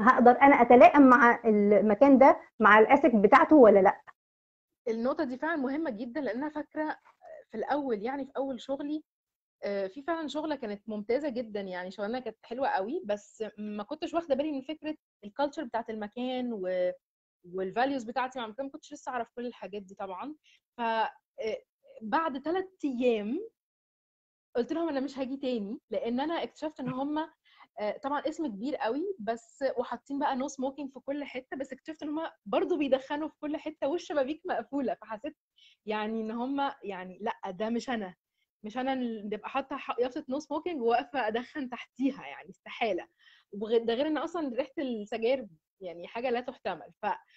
هقدر انا اتلائم مع المكان ده، مع الاسك بتاعته ولا لا؟ النقطة دي فعلا مهمة جدا، لأن أنا فاكرة في الأول، يعني في أول شغلي في فعلا شغلة كانت ممتازة جدا، يعني شغلانة كانت حلوة قوي، بس ما كنتش واخدة بالي من فكرة الكالتشر بتاعت المكان والفاليوز بتاعتي مع المكان. ما كنتش لسه أعرف كل الحاجات دي طبعا. ف بعد 3 أيام قلت لهم انا مش هاجي تاني، لان انا اكتشفت ان هم طبعا اسم كبير قوي بس، وحاطين بقى نو سموكينج في كل حته، بس اكتشفت ان هم برضو بيدخنوا في كل حته والشبابيك مقفوله. فحسيت يعني ان هم يعني لا، ده مش انا اللي ابقى حاطه يافطه نو سموكينج وواقفه ادخن تحتيها، يعني استحاله. ده غير ان اصلا ريحه السجاير يعني حاجه لا تحتمل.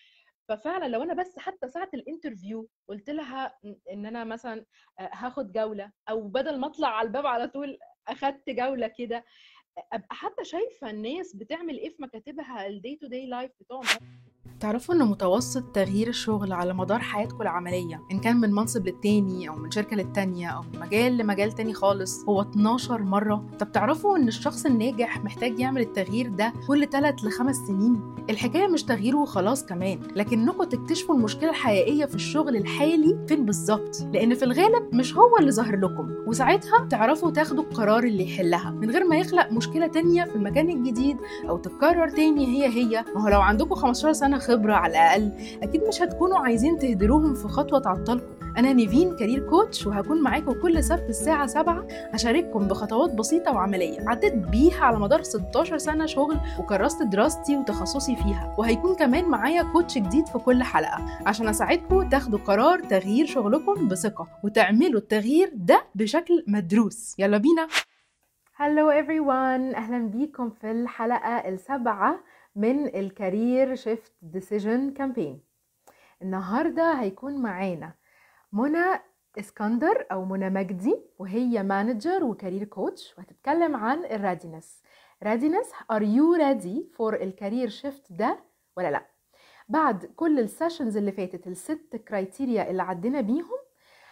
ففعلا لو انا بس حتى ساعه الانترفيو قلت لها ان انا مثلا هاخد جوله، او بدل ما اطلع على الباب على طول اخدت جوله كده، ابقى حتى شايفه الناس بتعمل ايه في مكاتبها، الدي تو دي لايف بتوعهم. تعرفوا ان متوسط تغيير الشغل على مدار حياتكم العملية، ان كان من منصب للتاني او من شركة للتانية او من مجال لمجال تاني خالص، هو 12 مرة؟ طب تعرفوا ان الشخص الناجح محتاج يعمل التغيير ده كل 3 ل 5 سنين؟ الحكاية مش تغييره وخلاص كمان، لكنكم تكتشفوا المشكلة الحقيقية في الشغل الحالي فين بالظبط، لان في الغالب مش هو اللي ظاهر لكم، وساعتها تعرفوا تاخدوا القرار اللي يحلها من غير ما يخلق مشكلة تانية في المكان الجديد او تتكرر تاني. هي ما هو لو عندكم 15 سنة خبرة على الأقل، أكيد مش هتكونوا عايزين تهدروهم في خطوة تعطلكم. أنا نيفين كارير كوتش، وهكون معاكم كل سبت الساعة 7 أشارككم بخطوات بسيطة وعملية عديت بيها على مدار 16 سنة شغل، وكرست دراستي وتخصصي فيها. وهيكون كمان معايا كوتش جديد في كل حلقة عشان أساعدكم تاخدوا قرار تغيير شغلكم بثقة، وتعملوا التغيير ده بشكل مدروس. يلا بينا. Hello everyone، أهلا بيكم في الحلقة السابعة من الكارير شيفت ديسيجن كامبين. النهاردة هيكون معانا منى اسكندر أو منى مجدي، وهي مانجر وكارير كوتش، وهتتكلم عن الريدينس. ريدينس، are you ready for الكارير شيفت ده ولا لأ؟ بعد كل السيشنز اللي فاتت، ال6 كرايتيريا اللي عدينا بيهم،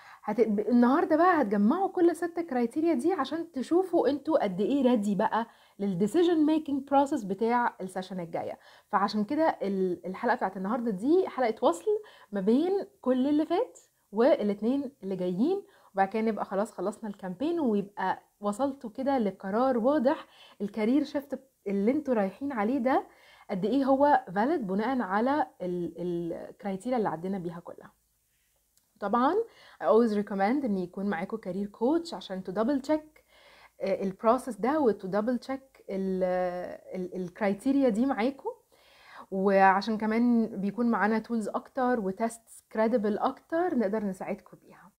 النهارده بقى هتجمعوا كل 6 كرايتيريا دي عشان تشوفوا انتوا قد ايه ريدي بقى للديسيجن ميكنج بروسيس بتاع السيشن الجايه. فعشان كده الحلقه بتاعت النهارده دي حلقه وصل ما بين كل اللي فات والاتنين اللي جايين، وبعد كده نبقى خلاص خلصنا الكامبين، ويبقى وصلتوا كده لقرار واضح الكارير شيفت اللي انتوا رايحين عليه ده قد ايه هو فاليد بناء على الكرايتيريا اللي عدينا بيها كلها. طبعا I always recommend ان يكون معاكم كارير كوتش عشان تو دبل تشيك البروسيس ده، وتو دبل تشيك الكرايتيريا دي معاكم، وعشان كمان بيكون معانا تولز اكتر وتيستس كريديبل اكتر نقدر نساعدكم بيها.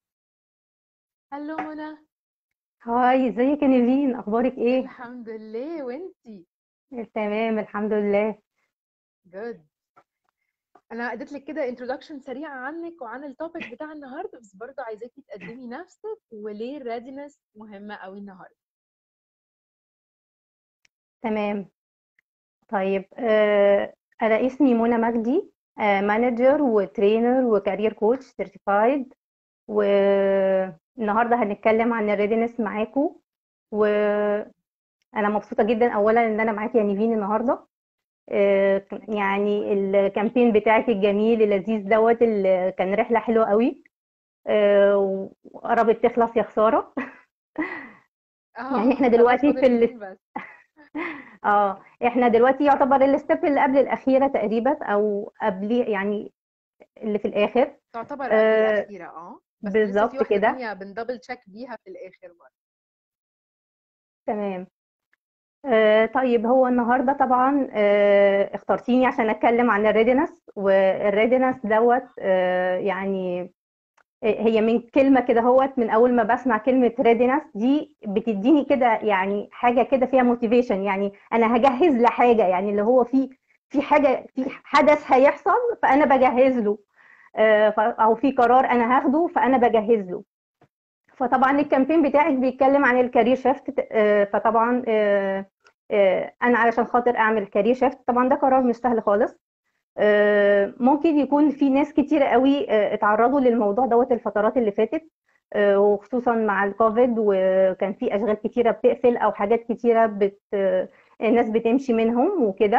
هلو منى. هاي، ازيك يا نيفين؟ اخبارك ايه؟ الحمد لله، وانتي؟ تمام الحمد لله. جود. انا اديت لك كده انترودكشن سريعه عنك وعن التوبيك بتاع النهارده، بس برضه عايزاكي تقدمي نفسك وليه الريدينس مهمه قوي النهارده. تمام. طيب، انا اسمي منى مجدي، مانجر وترينر وكارير كوتش سيرتيفايد. والنهارده هنتكلم عن الريدينس معاكم. وانا مبسوطه جدا اولا ان انا معاكي يا نيفين النهارده. يعني الكامبين بتاعك الجميل اللذيذ دوت اللي كان رحله حلوه قوي. وقربت تخلص يا خساره. يعني احنا خلاص دلوقتي فاضل في يومين بس. احنا دلوقتي يعتبر الستيب اللي قبل الاخيره تقريبا، او قبل يعني اللي في الاخر. تعتبر قبل آه الأخيرة، بس لسه في بالظبط واحدة كده. تانية بندبل تشيك بيها في الآخر برضه. تمام. طيب، هو النهارده طبعا اخترتيني عشان اتكلم عن الريدينس، والريدينس دوت يعني هي من كلمه كده، هوت من اول ما بسمع كلمه ريدينس دي بتديني كده يعني حاجه كده فيها موتيفيشن، يعني انا هجهز لحاجه، يعني اللي هو في حاجه، في أيوة. حدث هيحصل فانا بجهز له. او في قرار انا هاخده فانا بجهز له. فطبعا الكامبين بتاعك بيتكلم عن الكارير شيفت. فطبعا انا علشان خاطر اعمل كارير شيفت طبعا ده قرار مش سهل خالص. ممكن يكون في ناس كتيرة قوي اتعرضوا للموضوع دوت الفترات اللي فاتت، وخصوصا مع الكوفيد، وكان في اشغال كتيرة بتقفل او حاجات كتيرة الناس بتمشي منهم وكده.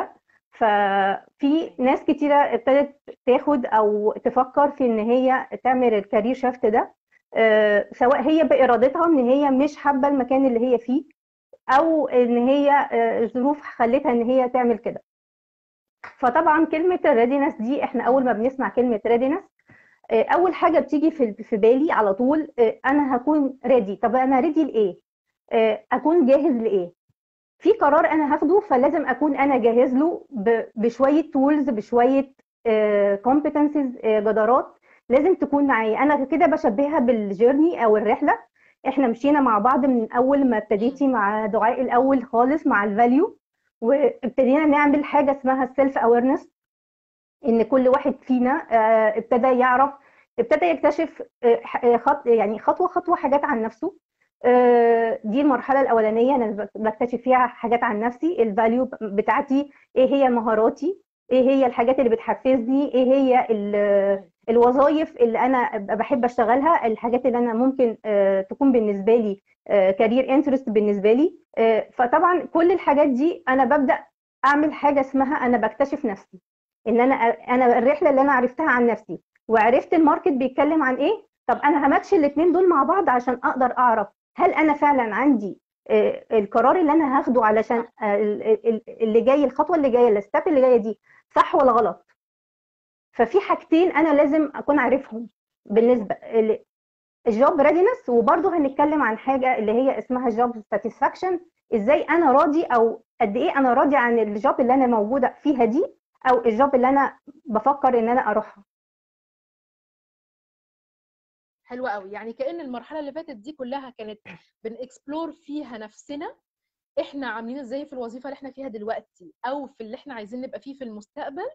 ففي ناس كتيرة ابتدت تاخد او تفكر في ان هي تعمل الكارير شيفت ده، سواء هي بإرادتها ان هي مش حابة المكان اللي هي فيه، او ان هي الظروف خلتها ان هي تعمل كده. فطبعا كلمة الريدينس دي، احنا اول ما بنسمع كلمة ريدينس اول حاجة بتيجي في بالي على طول انا هكون ريدي. طب انا ريدي لايه؟ اكون جاهز لايه؟ في قرار انا هاخده، فلازم اكون انا جاهز له بشويه تولز، بشويه كومبتنسز، جدارات لازم تكون معايا. انا كده بشبهها بالجيرني او الرحله. احنا مشينا مع بعض من اول ما ابتديتي مع دعاء الاول خالص مع الفاليو، وابتدينا نعمل حاجه اسمها السيلف اويرنس، ان كل واحد فينا ابتدى يعرف، ابتدى يكتشف خط يعني خطوه خطوه حاجات عن نفسه. دي المرحله الاولانيه، انا بكتشف فيها حاجات عن نفسي، الفاليو بتاعتي، ايه هي مهاراتي، ايه هي الحاجات اللي بتحفزني، ايه هي الوظائف اللي انا بحب اشتغلها، الحاجات اللي انا ممكن تكون بالنسبه لي كارير انترست بالنسبه لي. فطبعا كل الحاجات دي انا ببدا اعمل حاجه اسمها انا بكتشف نفسي، ان انا الرحله اللي انا عرفتها عن نفسي وعرفت الماركت بيتكلم عن ايه. طب انا هماتش الاثنين دول مع بعض عشان اقدر اعرف هل انا فعلا عندي القرار اللي انا هاخده علشان اللي جاي، الخطوه اللي جايه، الستep اللي جايه دي صح ولا غلط. ففي حاجتين انا لازم اكون عارفهم بالنسبه الجوب ريدينس. وبرضه هنتكلم عن حاجه اللي هي اسمها جوب ساتسفاكشن، ازاي انا راضي او قد ايه انا راضي عن الجوب اللي انا موجوده فيها دي، او الجوب اللي انا بفكر ان انا اروحها. حلو قوي. يعني كأن المرحله اللي فاتت دي كلها كانت بنكسبلور فيها نفسنا، احنا عاملين ازاي في الوظيفه اللي احنا فيها دلوقتي او في اللي احنا عايزين نبقى فيه في المستقبل.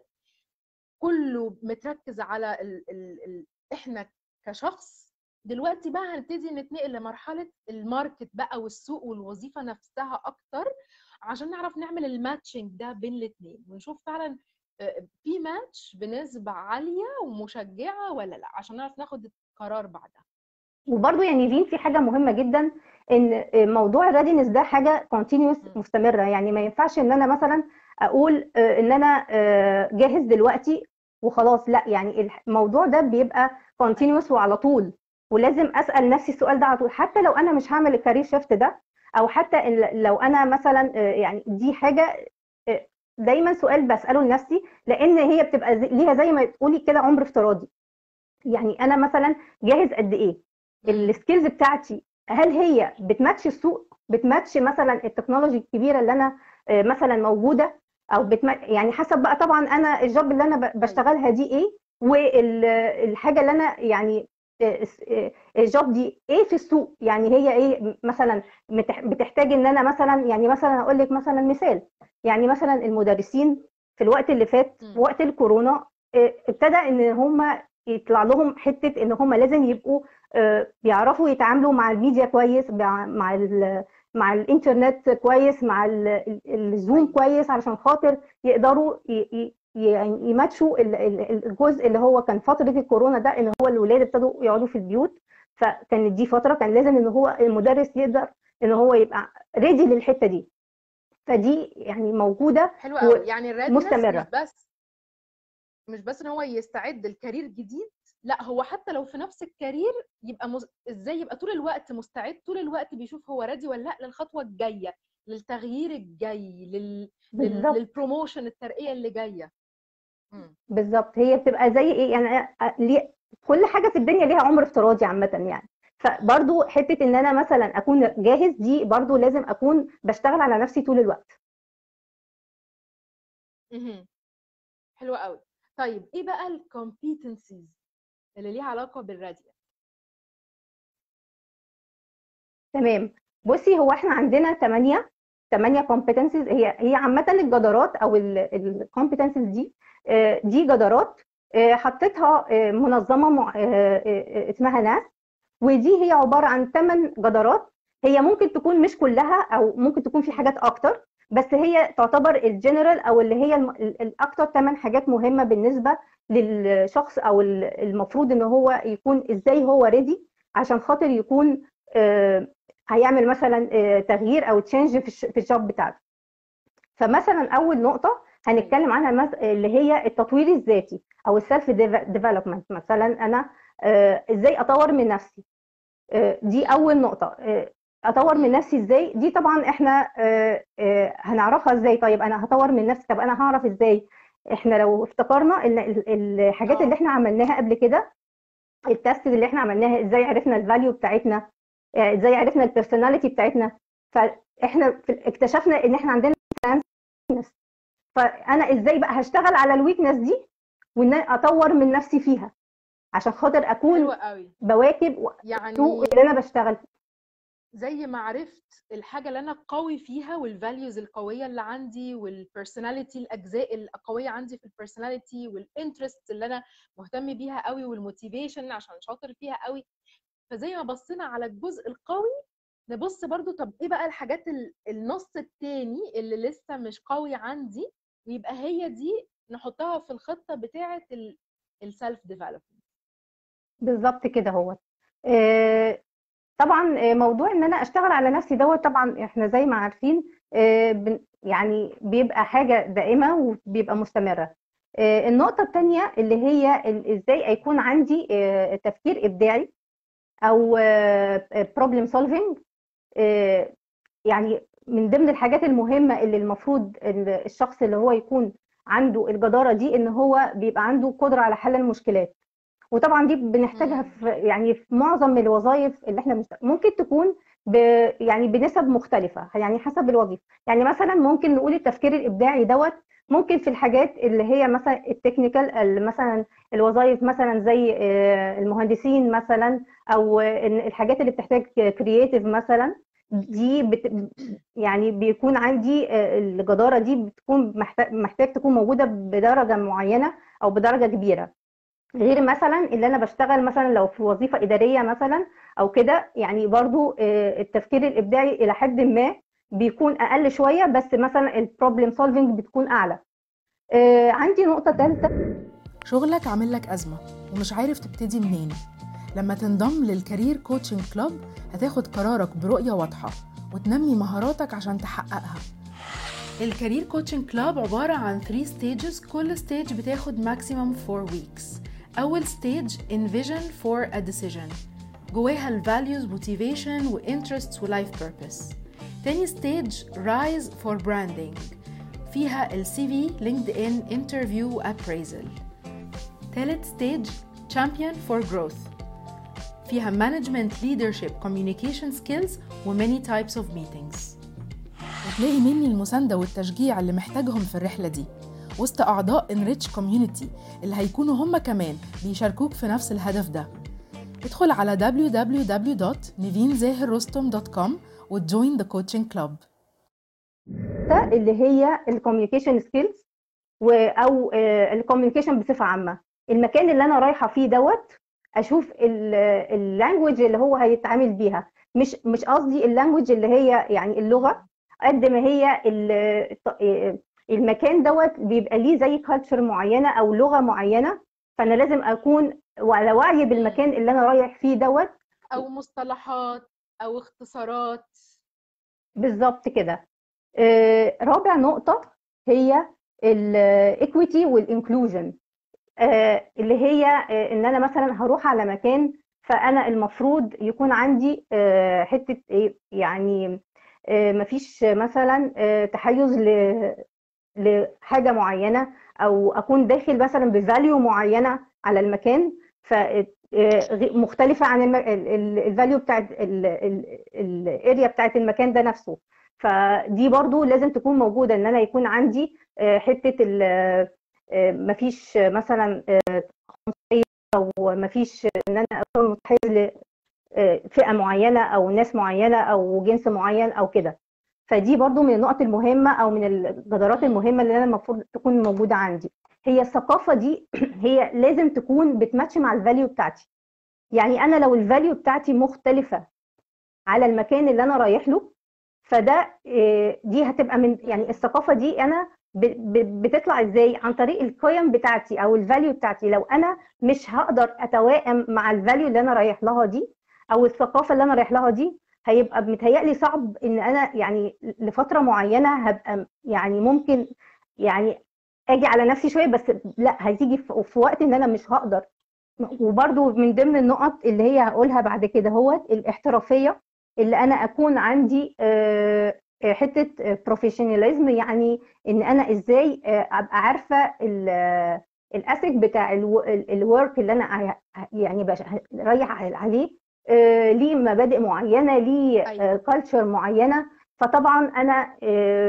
كله متركز على احنا كشخص. دلوقتي بقى هنبتدي نتنقل لمرحله الماركت بقى والسوق والوظيفه نفسها اكتر، عشان نعرف نعمل الماتشنج ده بين الاثنين ونشوف فعلا في ماتش بنسبه عاليه ومشجعه ولا لا، عشان نعرف ناخد القرار بعدها. وبرضه يا نيفين في حاجه مهمه جدا، ان موضوع الريدينس ده حاجه كونتينيوس مستمره. يعني ما ينفعش ان انا مثلا اقول ان انا جاهز دلوقتي وخلاص، لا، يعني الموضوع ده بيبقى كونتينيوس وعلى طول، ولازم اسال نفسي السؤال ده على طول، حتى لو انا مش هعمل الكارير شيفت ده، او حتى لو انا مثلا يعني دي حاجه دايما سؤال بساله لنفسي، لان هي بتبقى ليها زي ما تقولي كده عمر افتراضي. يعني انا مثلا جاهز قد ايه؟ السكيلز بتاعتي هل هي بتماتش السوق، بتماتش مثلا التكنولوجي الكبيره اللي انا مثلا موجوده، او يعني حسب بقى طبعا انا الجوب اللي انا بشتغلها دي ايه، والحاجه اللي انا يعني الجوب دي ايه في السوق، يعني هي ايه مثلا بتحتاج ان انا مثلا، يعني مثلا اقول لك مثلا مثال، يعني مثلا المدرسين في الوقت اللي فات في وقت الكورونا ابتدى ان هم يطلع لهم حته ان هم لازم يبقوا بيعرفوا يتعاملوا مع الميديا كويس، مع الانترنت كويس، مع الزوم كويس، علشان خاطر يقدروا يعني يماتشوا الجزء اللي هو كان فتره الكورونا ده، ان هو الولاد ابتدوا يقعدوا في البيوت. فكانت دي فتره كان لازم ان هو المدرس يقدر ان هو يبقى ريدي للحته دي. فدي يعني موجوده حلو قوي. يعني الريدنس ومستمره. مش بس ان هو يستعد لكارير جديد، لا هو حتى لو في نفس الكارير يبقى ازاي يبقى طول الوقت مستعد، طول الوقت بيشوف هو ريدي ولا لا للخطوه الجايه، للتغيير الجاي، بالظبط. للبروموشن، الترقيه اللي جايه. بالظبط، هي بتبقى زي ايه يعني كل حاجه في الدنيا ليها عمر افتراضي عامه يعني. فبرضو حته ان انا مثلا اكون جاهز دي برضو لازم اكون بشتغل على نفسي طول الوقت. حلو قوي. طيب ايه بقى الكومبيتنسيز اللي ليها علاقه بالراديو؟ تمام. بصي، هو احنا عندنا 8 كومبيتنسيز، هي عامه الجدارات او الكومبيتنسيز دي دي جدارات حطيتها منظمه اسمها ناس، ودي هي عباره عن 8 جدارات. هي ممكن تكون مش كلها، او ممكن تكون في حاجات اكتر، بس هي تعتبر الجنرال، او اللي هي الاكتر 8 حاجات مهمه بالنسبه للشخص، او المفروض ان هو يكون ازاي هو ريدي عشان خاطر يكون هيعمل مثلا تغيير او تشينج في الجوب بتاعته. فمثلا اول نقطه هنتكلم عنها اللي هي التطوير الذاتي او السيلف ديفلوبمنت. مثلا انا ازاي اطور من نفسي، دي اول نقطه. اطور من نفسي ازاي؟ دي طبعا احنا هنعرفها ازاي. طيب انا هطور من نفسي، طب انا هعرف ازاي؟ احنا لو افتكرنا ان الحاجات اللي احنا عملناها قبل كده، التست اللي احنا عملناها، ازاي عرفنا الفاليو بتاعتنا، ازاي عرفنا البيرسوناليتي بتاعتنا، فاحنا اكتشفنا ان احنا عندنا ويكنس. فانا ازاي بقى هشتغل على الويكنس دي وان اطور من نفسي فيها عشان خاطر اكون بواكب يعني اللي انا بشتغل. زي ما عرفت الحاجه اللي انا قوي فيها والفاليوز القويه اللي عندي والبيرسوناليتي، الاجزاء القويه عندي في البيرسوناليتي والانترست اللي انا مهتم بيها قوي والموتيفيشن عشان شاطر فيها قوي. فزي ما بصينا على الجزء القوي نبص برضو طب ايه بقى الحاجات النص التاني اللي لسه مش قوي عندي، ويبقى هي دي نحطها في الخطة بتاعة السيلف ديفلوبمنت. بالظبط كده. هو طبعا موضوع ان انا اشتغل على نفسي دوت، طبعا احنا زي ما عارفين يعني بيبقى حاجة دائمة وبيبقى مستمرة. النقطة التانية اللي هي ازاي يكون عندي تفكير ابداعي او بروبلم سولفينج. يعني من ضمن الحاجات المهمة اللي المفروض الشخص اللي هو يكون عنده الجدارة دي ان هو بيبقى عنده قدرة على حل المشكلات. وطبعا دي بنحتاجها في يعني في معظم الوظائف اللي احنا ممكن تكون يعني بنسب مختلفة، يعني حسب الوظيفة. يعني مثلا ممكن نقول التفكير الإبداعي دوت ممكن في الحاجات اللي هي مثلا التكنيكال، مثلا الوظائف مثلا زي المهندسين مثلا، او الحاجات اللي بتحتاج كرييتيف مثلا. دي يعني بيكون عندي الجدارة دي بتكون محتاج تكون موجودة بدرجة معينة او بدرجة كبيرة، غير مثلا اللي انا بشتغل مثلا لو في وظيفه اداريه مثلا او كده. يعني برضو التفكير الابداعي الى حد ما بيكون اقل شويه، بس مثلا البروبلم سولفنج بتكون اعلى. عندي نقطه ثالثه. شغلك عامل لك ازمه ومش عارف تبتدي منين؟ لما تنضم للكارير كوتشنج كلوب هتاخد قرارك برؤيه واضحه وتنمي مهاراتك عشان تحققها. الكارير كوتشنج كلوب عبارة عن 3 stages، كل stage بتاخد maximum 4 weeks. أول stage envision for a decision، جواها ال values motivation و interests و life purpose. تاني stage rise for branding، فيها ال CV LinkedIn interview و appraisal. تالت stage champion for growth، فيها management leadership communication skills و many types of meetings. وتلاقي مني المساندة والتشجيع اللي محتاجهم في الرحلة دي وسط أعضاء Enrich Community اللي هيكونوا هم كمان بيشاركوك في نفس الهدف ده. ادخل على www.nivinzahirrostom.com وjoin the coaching club. اللي هي الكوميونيكيشن سكيلز او الكوميونيكيشن بصفة عامة. المكان اللي انا رايحة فيه دوت اشوف اللانجوج اللي هو هيتعامل بيها. مش قصدي اللانجوج اللي هي يعني اللغة، قد ما هي المكان دوت بيبقى ليه زي كالتشر معينه او لغه معينه، فانا لازم اكون على وعي بالمكان اللي انا رايح فيه دوت، او مصطلحات او اختصارات. بالظبط كده. رابع نقطه هي الايكويتي والانكلوجن، اللي هي ان انا مثلا هروح على مكان، فانا المفروض يكون عندي حته يعني مفيش مثلا تحيز لحاجه معينه، او اكون داخل مثلا بفاليو معينه على المكان مختلفه عن الفاليو بتاعت الاريا بتاعت المكان ده نفسه. فدي برضو لازم تكون موجوده، ان انا يكون عندي حته مفيش مثلا او مفيش ان انا اكون متحيز لفئه معينه او ناس معينه او جنس معين او كده. فدي برضو من النقط المهمه او من الجدارات المهمه اللي انا المفروض تكون موجوده عندي. هي الثقافه دي هي لازم تكون بتماتش مع الفاليو بتاعتي. يعني انا لو الفاليو بتاعتي مختلفه على المكان اللي انا رايح له، فده دي هتبقى من يعني الثقافه دي انا بتطلع ازاي؟ عن طريق القيم بتاعتي او الفاليو بتاعتي. لو انا مش هقدر اتوائم مع الفاليو اللي انا رايح لها دي او الثقافه اللي انا رايح لها دي، هيبقى متهيألي صعب ان انا يعني لفتره معينه هبقى يعني ممكن يعني اجي على نفسي شويه، بس لا هتيجي في وقت ان انا مش هقدر. وبرضو من ضمن النقط اللي هي هقولها بعد كده هو الاحترافيه، اللي انا اكون عندي حته بروفيشناليزم، يعني ان انا ازاي ابقى عارفه الاسك بتاع الورك اللي انا يعني رايح عليه، ليه مبادئ معينه، ليه ايوه كالتشر معينه. فطبعا انا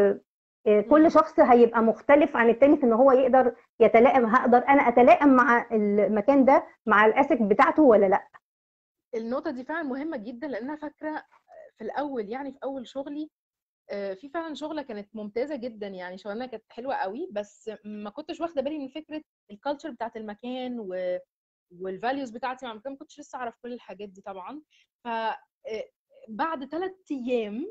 كل شخص هيبقى مختلف عن التاني في ان هو يقدر يتلائم. هقدر انا اتلائم مع المكان ده مع الاسك بتاعته ولا لا؟ النقطة دي فعلا مهمة جدا، لأن أنا فاكرة في الأول يعني في أول شغلي في فعلا شغلة كانت ممتازة جدا، يعني شغلانة كانت حلوة قوي، بس ما كنتش واخدة بالي من فكرة الكالتشر بتاعت المكان والفاليوز بتاعتي مع المكان. ما كنتش لسه أعرف كل الحاجات دي طبعا. ف بعد 3 أيام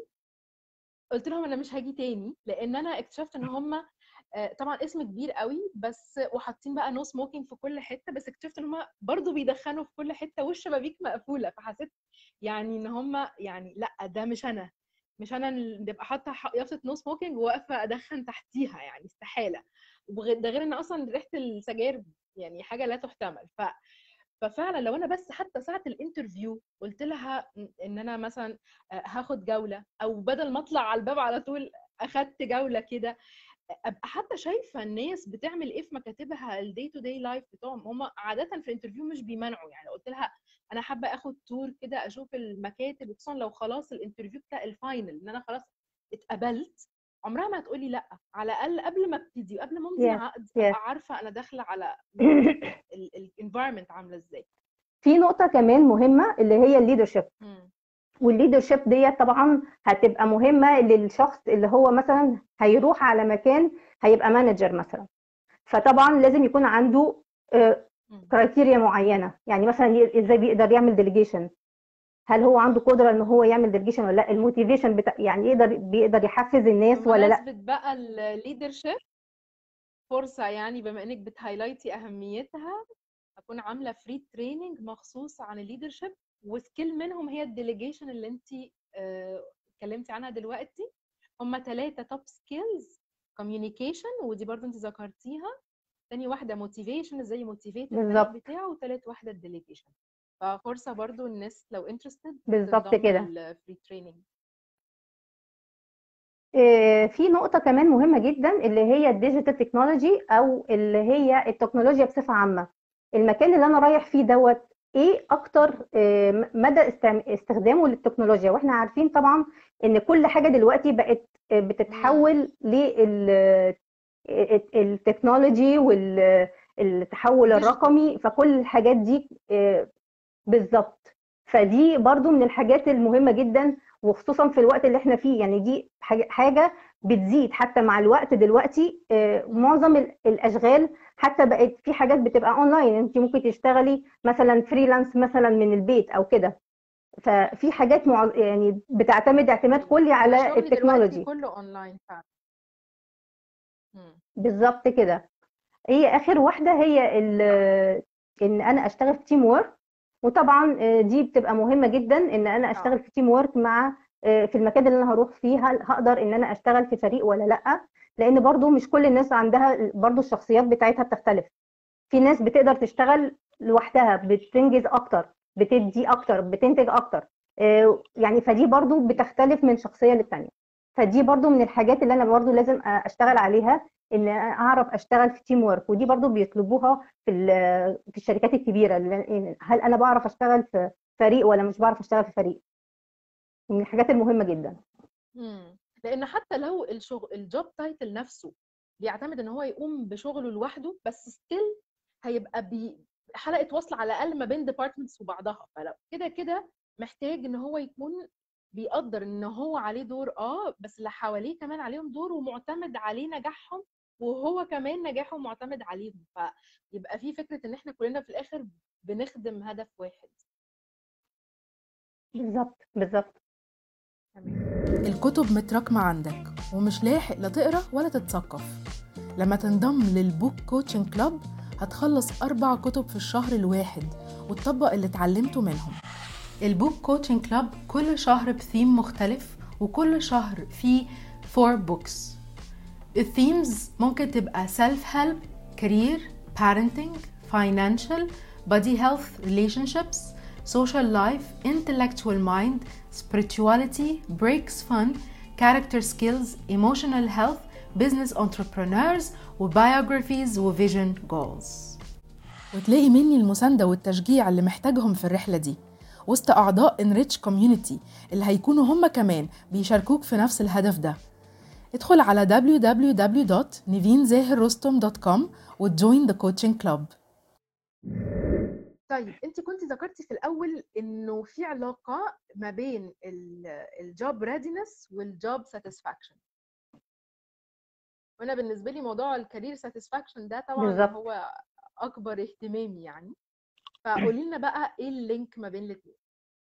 قلت لهم أنا مش هاجي تاني، لأن أنا اكتشفت إن هم طبعا اسم كبير قوي بس، وحاطين بقى نو سموكينج في كل حته، بس اكتشفت ان هم برضو بيدخنوا في كل حته والشبابيك مقفوله. فحسيت يعني ان هم يعني لا، ده مش انا اللي ببقى حاطه يافطه نو سموكينج وواقفه ادخن تحتيها، يعني استحاله. ده غير ان اصلا ريحه السجاير يعني حاجه لا تحتمل. ففعلا لو انا بس حتى ساعه الانترفيو قلت لها ان انا مثلا هاخد جوله، او بدل ما اطلع على الباب على طول اخدت جوله كده، ابقى حتى شايفه الناس بتعمل ايه في مكاتبها الدي تو دي لايف بتوعهم. هم عاده في الانترفيو مش بيمنعوا، يعني قلت لها انا حابه اخد تور كده اشوف المكاتب، خصوصا لو خلاص الانترفيو بتاع الفاينل ان انا خلاص اتقبلت، عمرها ما هتقولي لا. على الاقل قبل ما ابتدي وقبل ما امضي يس العقد يس. ابقى عارفه انا داخله على الانفايرمنت عامله ازاي. في نقطه كمان مهمه اللي هي الليدرشيب. والليدرشيب ديت طبعا هتبقى مهمه للشخص اللي هو مثلا هيروح على مكان هيبقى مانجر مثلا. فطبعا لازم يكون عنده كرايتيريا معينه، يعني مثلا ازاي بيقدر يعمل ديليجيشن، هل هو عنده قدره ان هو يعمل ديليجيشن ولا لا، الموتيفيشن يعني بيقدر يحفز الناس ولا لا. بمناسبه بقى الليدرشيب، فرصه يعني بما انك بتهايلايتي اهميتها، اكون عامله فري تريننج مخصوص عن الليدرشيب، وسكيل منهم هي الديليجيشن اللي انت اتكلمتي عنها دلوقتي. هم 3 توب سكيلز: كوميونيكيشن، ودي برضو انت ذكرتيها، تاني واحده موتيفيشن، ازاي موتيفيت الفريق بالظبط بتاعه، وتالت واحده الديليجيشن. ففرصه برضو الناس لو انترستد بالظبط تنضم كده. للفري تريننج. في نقطة كمان مهمة جدا اللي هي الديجيتال تكنولوجي، أو اللي هي التكنولوجيا بصفة عامة. المكان اللي أنا رايح فيه دوت إيه أكتر مدى استخدامه للتكنولوجيا. وإحنا عارفين طبعا إن كل حاجة دلوقتي بقت بتتحول للتكنولوجي والتحول ديجيتال. الرقمي. فكل الحاجات دي بالظبط. فدي برضو من الحاجات المهمة جدا، وخصوصا في الوقت اللي احنا فيه. يعني دي حاجة بتزيد حتى مع الوقت دلوقتي. معظم الاشغال حتى بقت في حاجات بتبقى اونلاين، انت ممكن تشتغلي مثلا فريلانس مثلا من البيت او كده. ففي حاجات يعني بتعتمد اعتماد كلي انا على شغلي دلوقتي التكنولوجي. كله اونلاين فعلا. بالظبط كده. هي اخر واحدة هي ان انا اشتغل في تيم وورك. وطبعا دي بتبقى مهمه جدا ان انا اشتغل في تيم وورك مع في المكان اللي انا هروح فيه. هل هقدر ان انا اشتغل في فريق ولا لا؟ لان برضو مش كل الناس عندها برضو الشخصيات بتاعتها بتختلف. في ناس بتقدر تشتغل لوحدها، بتنجز اكتر، بتدي اكتر، بتنتج اكتر. يعني فدي برضو بتختلف من شخصيه للتانيه. فدي برضو من الحاجات اللي انا برضو لازم اشتغل عليها، ان اعرف اشتغل في تيم وورك. ودي برضو بيطلبوها في الشركات الكبيره. هل انا بعرف اشتغل في فريق ولا مش بعرف اشتغل في فريق؟ من الحاجات المهمه جدا. لان حتى لو الجوب تايتل نفسه بيعتمد ان هو يقوم بشغله لوحده، بس ستيل هيبقى حلقه وصل على الاقل ما بين ديبارتمنتس وبعضها. فلو كده كده محتاج ان هو يكون بيقدر ان هو عليه دور، بس اللي حواليه كمان عليهم دور ومعتمد عليه نجاحهم، وهو كمان نجاحه معتمد عليهم. فيبقى في فكره ان احنا كلنا في الاخر بنخدم هدف واحد. بالظبط بالظبط. الكتب متراكمة عندك ومش لاحق لا تقرأ ولا تتثقف. لما تنضم للبوك كوتشنج كلاب هتخلص 4 كتب في الشهر الواحد وتطبق اللي اتعلمته منهم. البوك كوتشنج كلاب كل شهر بثيم مختلف، وكل شهر فيه 4 بوكس. الثيمز ممكن تبقى self help, career, parenting, financial, body health, relationships, social life, intellectual mind, spirituality, breaks fun, character skills, emotional health, business entrepreneurs, وbiographies وvision goals. وتلاقي مني المساندة والتشجيع اللي محتاجهم في الرحلة دي وسط أعضاء Enrich Community اللي هيكونوا هم كمان بيشاركوك في نفس الهدف ده. ادخل على www.nivinzahirrostom.com وjoin the coaching club. طيب انت كنت ذكرتي في الاول انه في علاقه ما بين الجوب ريدينس والجوب ساتسفاكشن، وانا بالنسبه لي موضوع الكارير ساتسفاكشن ده طبعا بالظبط. هو اكبر اهتمامي يعني. فقولي لنا بقى ايه اللينك ما بين الاثنين.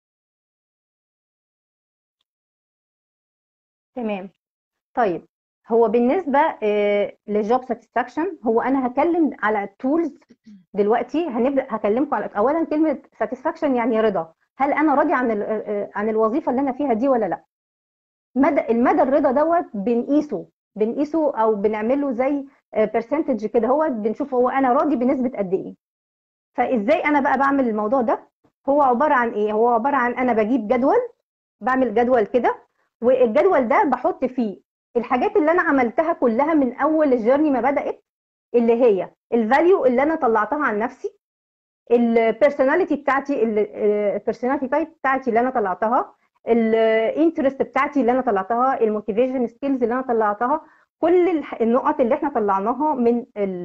تمام. طيب هو بالنسبه للجوب ساتسفاكشن، هو انا هتكلم على التولز دلوقتي. هنبدا هكلمكم على اولا كلمه ساتسفاكشن يعني رضا. هل انا راضي عن الوظيفه اللي انا فيها دي ولا لا؟ المدى الرضا دوت بنقيسه او بنعمله زي برسنتج كده، هو بنشوف هو انا راضي بنسبه قد ايه. فازاي انا بقى بعمل الموضوع ده؟ هو عباره عن ايه؟ هو عباره عن انا بجيب جدول، بعمل جدول كده، والجدول ده بحط فيه الحاجات اللي انا عملتها كلها من اول الجيرني ما بدات، اللي هي الفاليو اللي انا طلعتها عن نفسي، البيرسوناليتي بتاعتي، البيرسوناليتي تايب بتاعتي اللي انا طلعتها، الانترست بتاعتي اللي انا طلعتها، الموتيفيشن سكيلز اللي انا طلعتها، كل النقط اللي احنا طلعناها من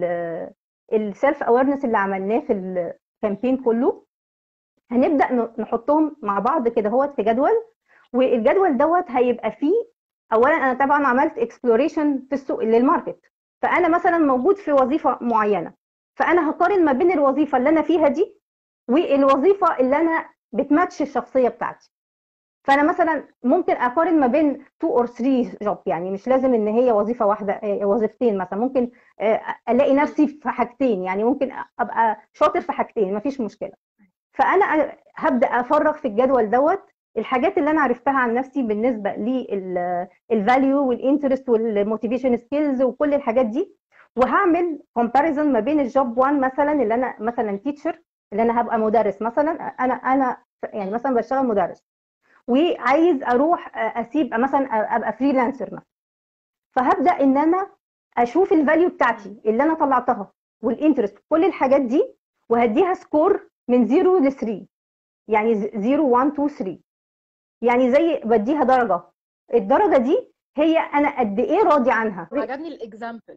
السيلف اويرنس اللي عملناه في الكامبين كله. هنبدا نحطهم مع بعض كده هوت في جدول، والجدول دوت هيبقى فيه اولا انا طبعا عملت اكسبلوريشن في السوق للماركت، فانا مثلا موجود في وظيفه معينه، فانا هقارن ما بين الوظيفه اللي انا فيها دي والوظيفه اللي انا بتماتش الشخصيه بتاعتي. فانا مثلا ممكن اقارن ما بين 2 or 3 جوب، يعني مش لازم ان هي وظيفه واحده، وظيفتين مثلا، ممكن الاقي نفسي في حاجتين، يعني ممكن ابقى شاطر في حاجتين مفيش مشكله. فانا هبدا افرغ في الجدول دوت الحاجات اللي انا عرفتها عن نفسي بالنسبه للفاليو والانترست والموتيفيشن سكيلز وكل الحاجات دي، وهعمل كومباريزون ما بين الجوب 1 مثلا اللي انا مثلا تيتشر، اللي انا هبقى مدرس مثلا، انا يعني مثلا بشتغل مدرس وعايز اروح اسيب مثلا ابقى فريلانسر مثلا. فهبدا ان انا اشوف الفاليو بتاعتي اللي انا طلعتها والانترست كل الحاجات دي، وهديها سكور من 0 ل 3، يعني 0 1 2 3، يعني زي بديها درجه. الدرجه دي هي انا قد ايه راضي عنها. عجبني الاكزامبل،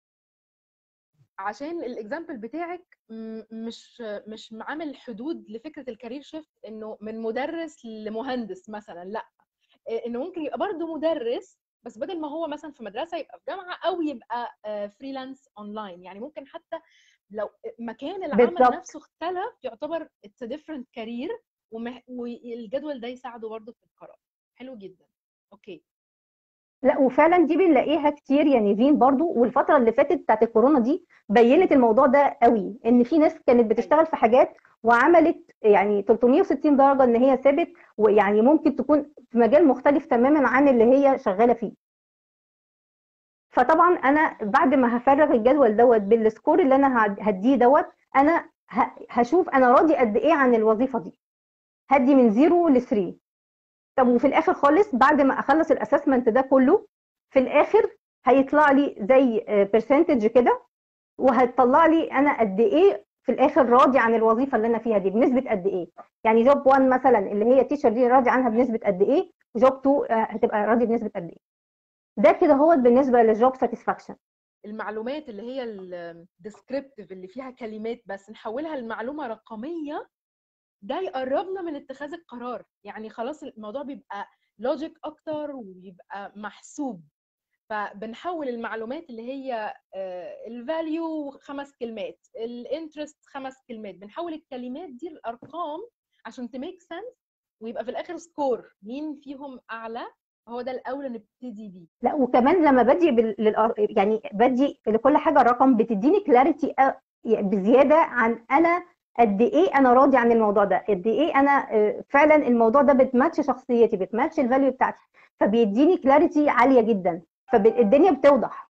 عشان الاكزامبل بتاعك مش عامل حدود لفكره الكارير شيفت انه من مدرس لمهندس مثلا، لا، انه ممكن يبقى برضه مدرس بس بدل ما هو مثلا في مدرسه يبقى في جامعه او يبقى فريلانس اونلاين. يعني ممكن حتى لو مكان العمل بالظبط. نفسه اختلف يعتبر اتس ديفرنت كارير، والجدول ده يساعده برضه في القرار. حلو جدا. اوكي. لا وفعلا دي بنلاقيها كتير يا نيفين برضو، والفتره اللي فاتت بتاعت الكورونا دي بينت الموضوع ده قوي، ان في ناس كانت بتشتغل في حاجات وعملت يعني 360 درجه ان هي سابت، ويعني ممكن تكون في مجال مختلف تماما عن اللي هي شغاله فيه. فطبعا انا بعد ما هفرغ الجدول دوت بالسكور اللي انا هديه دوت، انا هشوف انا راضي قد ايه عن الوظيفه دي، هدي من 0 ل 3. طب وفي الاخر خالص بعد ما اخلص الاسسمنت ده كله، في الاخر هيطلع لي زي برسنتج كده، وهتطلع لي انا قد ايه في الاخر راضي عن الوظيفه اللي انا فيها دي بنسبه قد ايه. يعني جوب 1 مثلا اللي هي تيشر دي راضي عنها بنسبه قد ايه، وجوب 2 هتبقى راضي بنسبه قد ايه. ده كده هو بالنسبه للجوب ساتسفاكشن. المعلومات اللي هي الديسكريبتيف اللي فيها كلمات بس نحولها لمعلومه رقميه، ده يقربنا من اتخاذ القرار. يعني خلاص الموضوع بيبقى لوجيك اكتر ويبقى محسوب. فبنحول المعلومات اللي هي الفاليو 5 كلمات، الانترست 5 كلمات، بنحول الكلمات دي لارقام عشان تميك سنس، ويبقى في الاخر سكور مين فيهم اعلى. هو ده الاولى نبتدي بيه. لا وكمان لما بدي يعني بدي لكل حاجه رقم، بتديني كلاريتي بزياده عن انا قد ايه انا راضي عن الموضوع ده، قد ايه انا فعلا الموضوع ده بتماتش شخصيتي، بتماتش الفاليو بتاعتي، فبيديني كلاريتي عاليه جدا، فالدنيا بتوضح.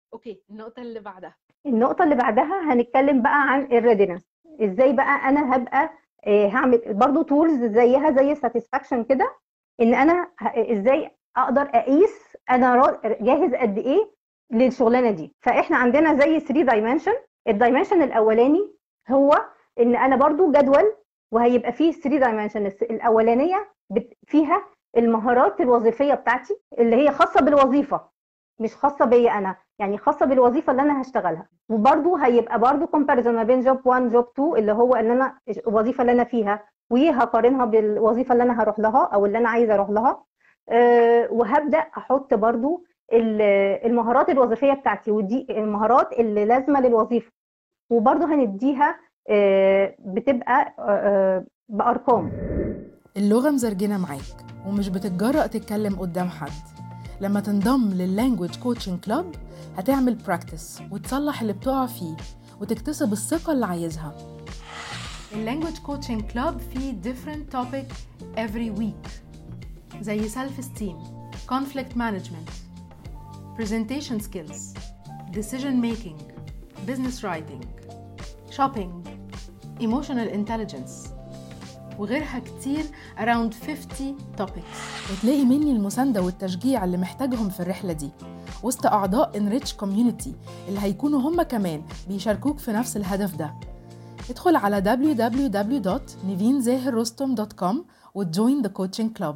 اوكي، النقطة اللي بعدها. النقطة اللي بعدها هنتكلم بقى عن الريدنس. ازاي بقى انا هبقى هعمل برضو تولز زيها زي ساتسفاكشن كده، ان انا ازاي اقدر اقيس انا جاهز قد ايه للشغلانه دي. فاحنا عندنا زي 3 دايمنشن. الدايمنشن الاولاني هو ان انا برضو جدول، وهيبقى فيه 3 دايمنشن. الاولانيه فيها المهارات الوظيفيه بتاعتي اللي هي خاصه بالوظيفه، مش خاصه بيا انا، يعني خاصه بالوظيفه اللي انا هشتغلها. وبرضو هيبقى برضو كومباريزون ما بين جوب 1 جوب 2 اللي هو ان انا الوظيفه اللي انا فيها، وهقارنها بالوظيفه اللي انا هروح لها او اللي انا عايزه اروح لها. وهبدا احط برضو المهارات الوظيفيه بتاعتي، ودي المهارات اللي لازمه للوظيفه. وبرضو هنديها بتبقى بارقام. اللغة مزرجنة معاك ومش بتتجرأ تتكلم قدام حد. لما تنضم لللانجويج كوتشنج كلاب هتعمل براكتس وتصلح اللي بتقع فيه وتكتسب الثقة اللي عايزها. اللانجويج كوتشنج كلاب فيه different topic every week زي self esteem, conflict management, presentation skills, decision making, business writing, shopping, emotional intelligence وغيرها كتير around 50 topics. وتلاقي مني المساندة والتشجيع اللي محتاجهم في الرحلة دي وسط أعضاء Enrich Community اللي هيكونوا هم كمان بيشاركوك في نفس الهدف ده. ادخل على www.nivinzahirrostom.com وjoin the coaching club.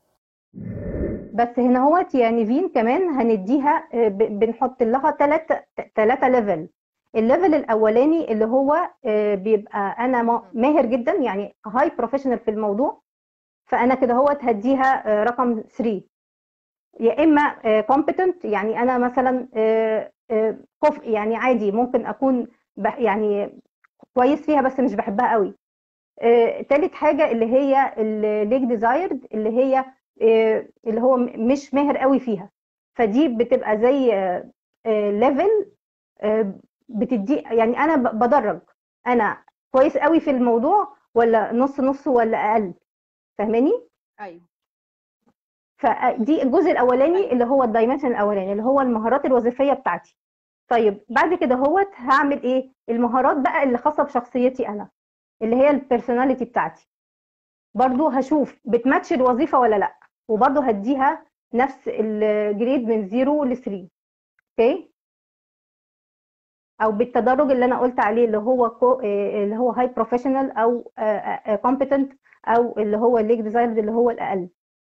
بس هنا هوت يا نيفين كمان هنديها بنحط لها ثلاثة ليفل. الليفل الاولاني اللي هو بيبقى انا ماهر جدا، يعني هاي بروفيشنال في الموضوع، فانا كده هوت هديها رقم 3. يا اما كومبتنت، يعني انا مثلا يعني عادي ممكن اكون يعني كويس فيها بس مش بحبها قوي. تالت حاجه اللي هي الليك ديزايرد، اللي هي اللي هو مش ماهر قوي فيها. فدي بتبقى زي ليفل بتدي، يعني انا بدرج انا كويس قوي في الموضوع ولا نص نص ولا اقل. فاهماني؟ ايوه. فدي الجزء الاولاني اللي هو الدايمنشن الاولاني اللي هو المهارات الوظيفيه بتاعتي. طيب بعد كده هوت هعمل ايه؟ المهارات بقى اللي خاصه بشخصيتي انا، اللي هي البيرسوناليتي بتاعتي. برضو هشوف بتماتش الوظيفه ولا لا، وبرضو هديها نفس الجريد من 0 ل 3. اوكي؟ او بالتدرج اللي انا قلت عليه اللي هو هاي بروفيشنال او كومبتنت، او اللي هو ليك ديزايرد اللي هو الاقل.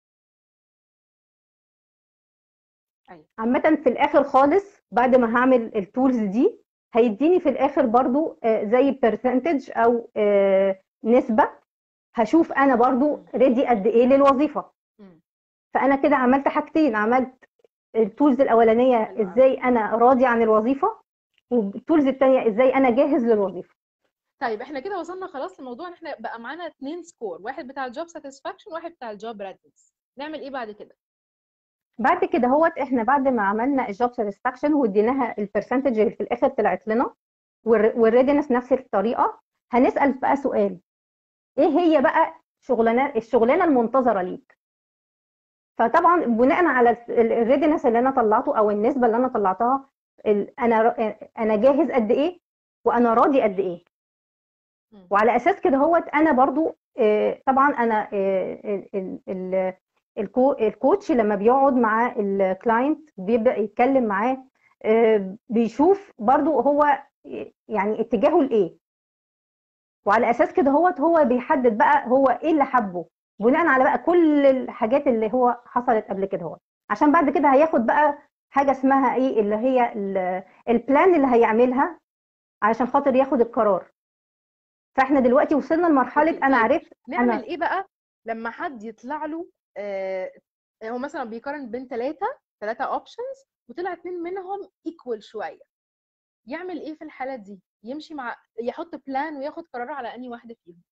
عامه في الاخر خالص بعد ما هعمل التولز دي هيديني في الاخر برضو زي برسنتج او نسبه، هشوف انا برضو ريدي قد ايه للوظيفه. فانا كده عملت حاجتين، عملت التولز الاولانيه ازاي انا راضي عن الوظيفه، والتولز الثانيه ازاي انا جاهز للوظيفه. طيب احنا كده وصلنا خلاص لموضوع ان احنا بقى معانا 2 سكور، واحد بتاع الجوب ساتسفاكشن وواحد بتاع الجوب ريدنس. نعمل ايه بعد كده؟ بعد كده هوت احنا بعد ما عملنا الجوب ساتسفاكشن واديناها البرسنتج اللي في الاخر طلعت لنا، والريدنس نفس الطريقه، هنسال بقى سؤال: ايه هي بقى الشغلانه المنتظره ليك؟ فطبعا بناء على الريدنس اللي انا طلعته او النسبه اللي انا طلعتها، انا جاهز قد ايه وانا راضي قد ايه. وعلى اساس كده هوت انا برضو طبعا انا الكوتش لما بيقعد مع الكلاينت بيبدا يتكلم معاه، بيشوف برضو هو يعني اتجاهه لايه، وعلى اساس كده هو بيحدد بقى هو ايه اللي حبه بناء على بقى كل الحاجات اللي هو حصلت قبل كده هو، عشان بعد كده هياخد بقى حاجه اسمها ايه اللي هي البلان اللي هيعملها علشان خاطر ياخد القرار. فاحنا دلوقتي وصلنا لمرحله انا عرفت نعمل ايه بقى لما حد يطلع له هو مثلا بيقارن بين ثلاثه اوبشنز وطلع 2 منهم ايكوال شويه. يعمل ايه في الحاله دي؟ يمشي يحط بلان وياخد قرار على انهي واحده فيهم؟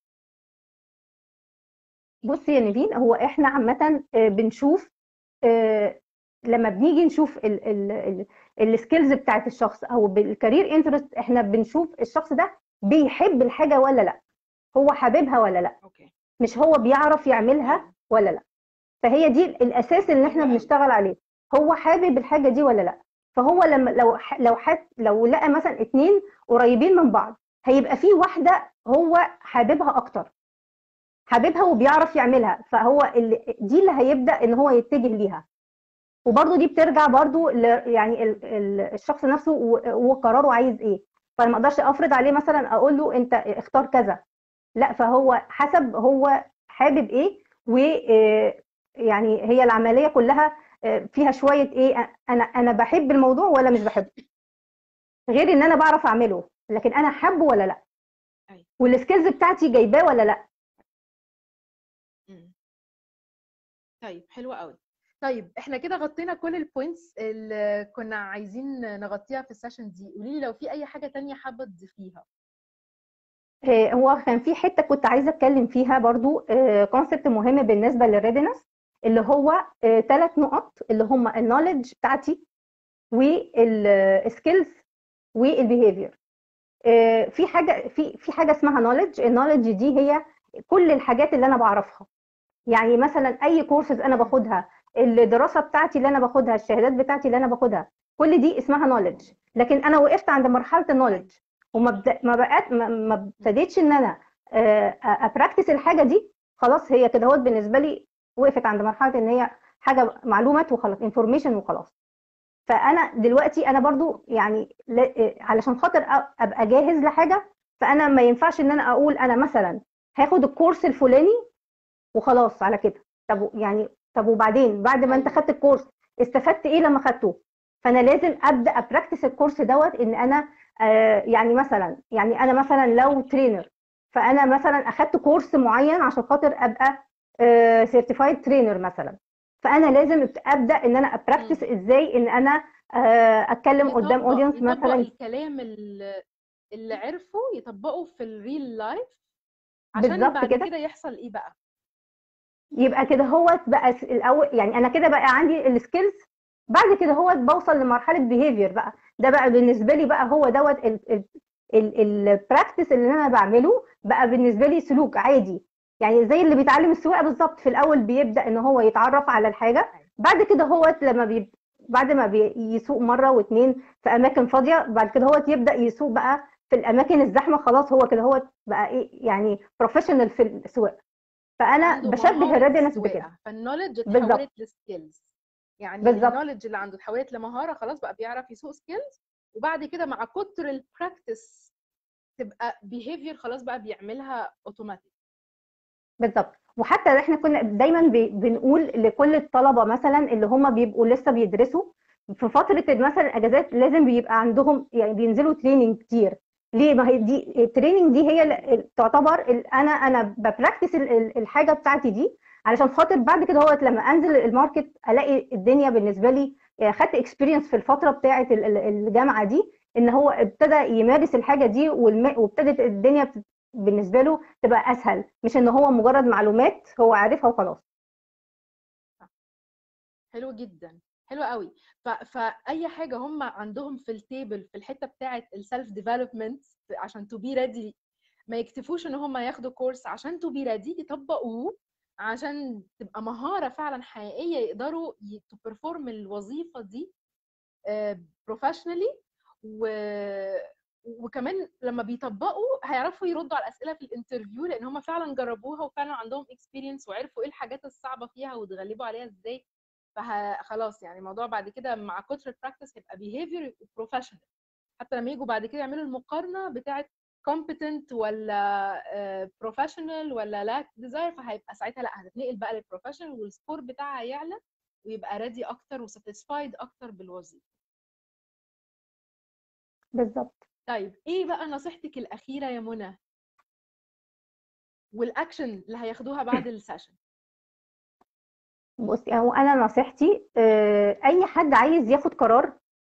بصي يا نيفين، هو احنا عامه بنشوف لما بنيجي نشوف السكيلز بتاعت الشخص او بالكارير انترست، احنا بنشوف الشخص ده بيحب الحاجه ولا لا، هو حاببها ولا لا. أوكي. مش هو بيعرف يعملها ولا لا. فهي دي الاساس اللي احنا بنشتغل عليه، هو حابب الحاجه دي ولا لا. فهو لما لو لقى مثلا اتنين قريبين من بعض، هيبقى في واحده هو حاببها اكتر، حاببها وبيعرف يعملها، فهو دي اللي هيبدا ان هو يتجه ليها. وبرضه دي بترجع برضه يعني الشخص نفسه وقراره عايز ايه. فما اقدرش افرض عليه مثلا اقول له انت اختار كذا، لا، فهو حسب هو حابب ايه. و يعني هي العمليه كلها فيها شويه ايه، انا بحب الموضوع ولا مش بحبه، غير ان انا بعرف اعمله، لكن انا حابه ولا لا، ايوه. والسكيلز بتاعتي جايباه ولا لا. مم. طيب حلو قوي. طيب احنا كده غطينا كل البوينتس اللي كنا عايزين نغطيها في السيشن دي. قولي لي لو في اي حاجه تانية حابه تضيفيها. هو كان في حته كنت عايزه اتكلم فيها برضو، كونسبت مهم بالنسبه للريدنس، اللي هو 3 نقط اللي هم النولج بتاعتي والسكيلز والبيهيفير. في حاجه اسمها نولج. النولج دي هي كل الحاجات اللي انا بعرفها، يعني مثلا اي كورسز انا باخدها، الدراسه بتاعتي اللي انا باخدها، الشهادات بتاعتي اللي انا باخدها، كل دي اسمها نولج. لكن انا وقفت عند مرحله النولج، وما بد... ما بقت ما ابتديتش ان انا ابراكتس الحاجه دي. خلاص هي كده هو بالنسبه لي وقفت عند مرحله ان هي حاجه معلومات وخلاص، انفورميشن وخلاص. فانا دلوقتي انا برضو يعني علشان خاطر ابقى جاهز لحاجه، فانا ما ينفعش ان انا اقول انا مثلا هاخد الكورس الفلاني وخلاص على كده. طب وبعدين بعد ما انت ايوه. خدت الكورس استفدت ايه لما خدته؟ فانا لازم ابدا ابراكتس الكورس دوت، ان انا يعني انا مثلا لو ترينر، فانا مثلا اخدت كورس معين عشان خاطر ابقى سيرتيفايد ترينر مثلا، فانا لازم ابدا ان انا ابراكتس ازاي ان انا اتكلم قدام اودينس يطبق مثلا. الكلام اللي عرفه، يطبقه في الريل لايف، عشان بالظبط بعد كده. كده يحصل ايه بقى؟ يبقى كده هو بقى الاول، يعني انا كده بقى عندي السكيلز، بعد كده هو بوصل لمرحله بيهيفير بقى. ده بقى بالنسبه لي بقى هو دوت البراكتس اللي انا بعمله بقى بالنسبه لي سلوك عادي. يعني زي اللي بيتعلم السواقه بالظبط، في الاول بيبدا ان هو يتعرف على الحاجه، بعد كده هو بعد ما يسوق مره واتنين في اماكن فاضيه، بعد كده هو يبدا يسوق بقى في الاماكن الزحمه، خلاص هو كده هو بقى ايه، يعني بروفيشنال في السواقه. فانا عنده بشبه مهارة الريدنس بكده. السواقة، فالنولج بالظبط. اتحولت لسكيلز. يعني بالظبط. النولج اللي عنده اتحولت لمهارة، خلاص بقى بيعرف يسوق سكيلز. وبعد كده مع كتر البراكتس تبقى behavior، خلاص بقى بيعملها اوتوماتيك. بالظبط. وحتى احنا كنا دايما بنقول لكل الطلبه مثلا اللي هم بيبقوا لسه بيدرسوا في فتره مثلا الاجازات، لازم بيبقى عندهم يعني بينزلوا تريننج كتير. ليه؟ ما هي دي التريننج دي هي تعتبر انا ببراكتس الحاجه بتاعتي دي، علشان خاطر بعد كده هو لما انزل الماركت الاقي الدنيا بالنسبه لي، خدت اكسبيرينس في الفتره بتاعه الجامعه دي، ان هو ابتدى يمارس الحاجه دي، وابتدت الدنيا بالنسبه له تبقى اسهل، مش ان هو مجرد معلومات هو عارفها وخلاص. حلو جدا، حلو قوي. فاي حاجه هم عندهم في التيبل في الحته بتاعه السيلف ديفلوبمنت عشان تو بي ريدي، ما يكتفوش ان هم ياخدوا كورس عشان تو بي ريدي، يطبقوه عشان تبقى مهاره فعلا حقيقيه، يقدروا تو بيرفورم الوظيفه دي بروفيشنالي. وكمان لما بيطبقوا هيعرفوا يردوا على الاسئله في الانترفيو، لان هم فعلا جربوها وفعلا عندهم اكسبيرينس وعرفوا ايه الحاجات الصعبه فيها واتغلبوا عليها ازاي. فخلاص يعني الموضوع بعد كده مع كتر البراكتس هيبقى behavior وبروفيشنال. حتى لما يجوا بعد كده يعملوا المقارنه بتاعه competent ولا بروفيشنال ولا لا ديزاير، فهيبقى ساعتها لا، هتتنقل بقى للبروفيشنال والسكور بتاعها يعلى، ويبقى ريدي اكتر وساتيسفايد اكتر بالوظيفه. بالظبط. طيب ايه بقى نصيحتك الاخيره يا منى، والاكشن اللي هياخدوها بعد السيشن؟ بصي، هو انا نصيحتي اي حد عايز ياخد قرار،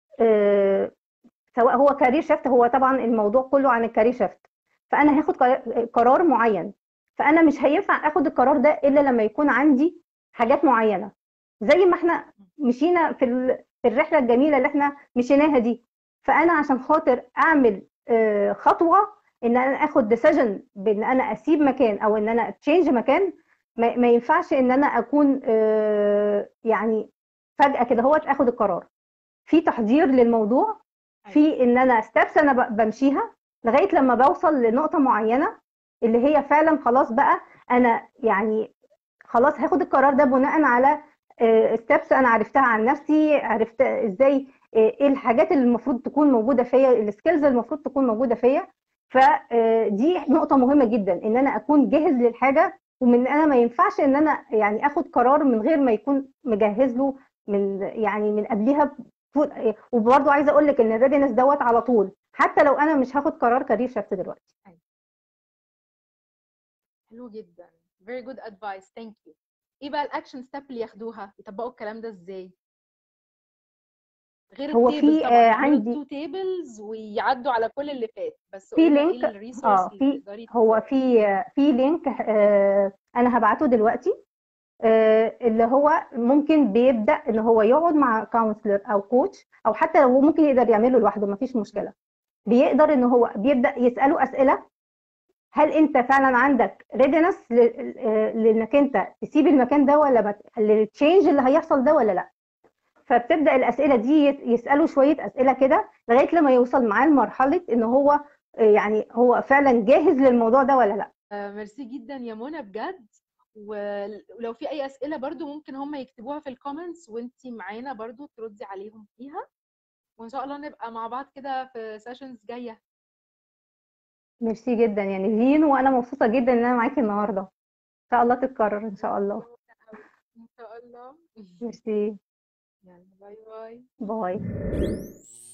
سواء هو كارير شيفت، هو طبعا الموضوع كله عن الكارير شيفت، فانا هاخد قرار معين، فانا مش هينفع اخد القرار ده الا لما يكون عندي حاجات معينه، زي ما احنا مشينا في الرحله الجميله اللي احنا مشيناها دي. فانا عشان خاطر اعمل خطوه ان انا اخد ديسيجن بان انا اسيب مكان او ان انا تشينج مكان، ما ينفعش ان انا اكون يعني فجاه كده هو اخد القرار. في تحضير للموضوع، في ان انا ستابس انا بمشيها لغايه لما بوصل لنقطه معينه اللي هي فعلا خلاص بقى انا يعني خلاص هاخد القرار ده بناء على ستابس انا عرفتها عن نفسي، عرفت ازاي ايه الحاجات اللي المفروض تكون موجوده فيا، السكيلز اللي المفروض تكون موجوده فيا. فدي نقطه مهمه جدا ان انا اكون جاهز للحاجه، ومن انا ما ينفعش ان انا يعني اخد قرار من غير ما يكون مجهز له من يعني من قبلها. وبرضه عايزه اقول لك ان الريدنس دوت على طول، حتى لو انا مش هاخد قرار كارير شيفت دلوقتي. حلو جدا. very good advice, thank you. ايه بقى الاكشن ستيب اللي ياخدوها يطبقوا الكلام ده ازاي غير هو التيبل؟ في طبعا يعملوا عندي التو تيبلز ويعدوا على كل اللي فات، بس في قولي لنا ايه لينك الريسورس اللي في تقدري هو في لينك انا هبعته دلوقتي، اللي هو ممكن بيبدا ان هو يقعد مع كونسلر او كوتش، او حتى لو هو ممكن يقدر يعمله لوحده مفيش مشكله. بيقدر ان هو بيبدا يساله اسئله، هل انت فعلا عندك ريدنس لانك انت تسيب المكان ده ولا للتشينج اللي هيحصل ده ولا لا. فبتبدا الاسئله دي يسالوا شويه اسئله كده لغايه لما يوصل معاه لمرحله ان هو يعني هو فعلا جاهز للموضوع ده ولا لا. ميرسي جدا يا منى بجد. ولو في اي اسئله برضو ممكن هم يكتبوها في الكومنتس وانتي معانا برضو تردي عليهم فيها، وان شاء الله نبقى مع بعض كده في سيشنز جايه. ميرسي جدا يعني فين، وانا مبسوطه جدا ان انا معاكي النهارده، ان شاء الله تتكرر ان شاء الله. ان شاء الله. ميرسي. يلا باي باي. باي.